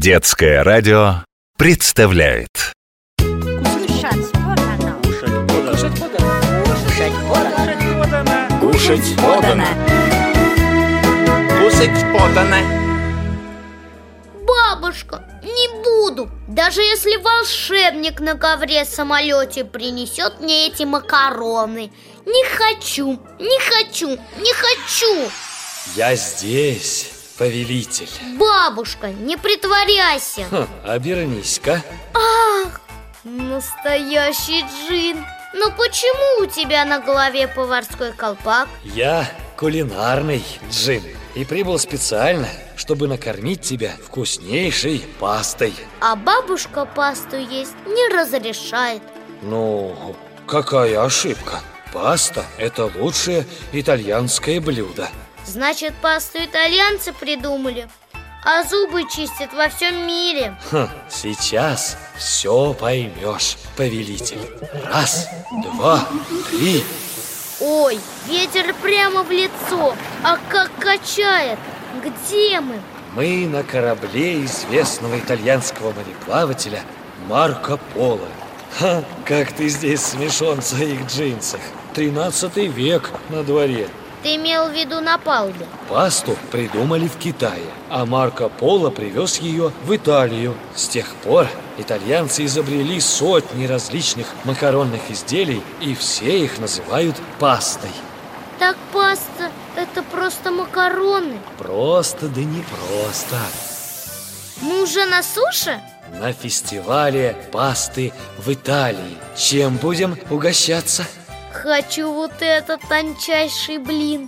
Детское радио представляет. Кушать подано. Кушать подано. Кушать подано. Кушать подано. Кушать подано. Бабушка, не буду. Даже если волшебник на ковре-самолете принесет мне эти макароны. Не хочу, не хочу, не хочу. Я здесь, повелитель. Бабушка, не притворяйся. Обернись-ка. Ах, настоящий джин. Но почему у тебя на голове поварской колпак? Я кулинарный джин и прибыл специально, чтобы накормить тебя вкуснейшей пастой. А бабушка пасту есть не разрешает. Ну, какая ошибка. Паста – это лучшее итальянское блюдо. Значит, пасту итальянцы придумали, а зубы чистят во всем мире. Сейчас все поймешь, повелитель. Раз, два, три. Ой, ветер прямо в лицо. А как качает. Где мы? Мы на корабле известного итальянского мореплавателя Марко Поло. Как ты здесь смешон в своих джинсах. 13 век на дворе. Ты имел в виду на палубе? Пасту придумали в Китае, а Марко Поло привез ее в Италию. С тех пор итальянцы изобрели сотни различных макаронных изделий, и все их называют пастой. Так паста – это просто макароны. Просто да не просто. Мы уже на суше? На фестивале пасты в Италии. Чем будем угощаться? Хочу вот этот тончайший блин.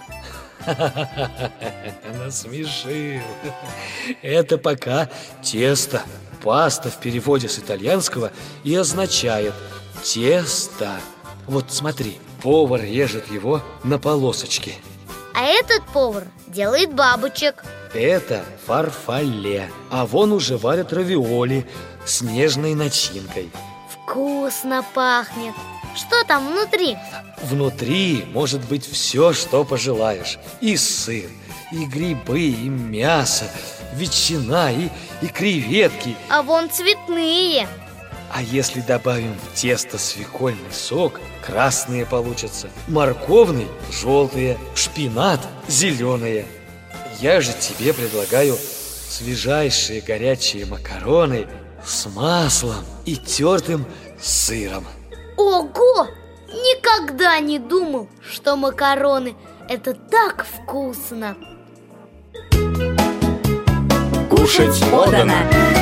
Насмешил. Это пока тесто. Паста в переводе с итальянского и означает тесто. Вот смотри, повар режет его на полосочки. А этот повар делает бабочек. Это фарфале. А вон уже варят равиоли с нежной начинкой. Вкусно пахнет. Что там внутри? Внутри может быть все, что пожелаешь. И сыр, и грибы, и мясо, ветчина, и креветки. А вон цветные. А если добавим в тесто свекольный сок, красные получатся, морковный – желтые, шпинат – зеленые. Я же тебе предлагаю свежайшие горячие макароны с маслом и тертым сыром. Ого! Никогда не думал, что макароны – это так вкусно. Кушать подано.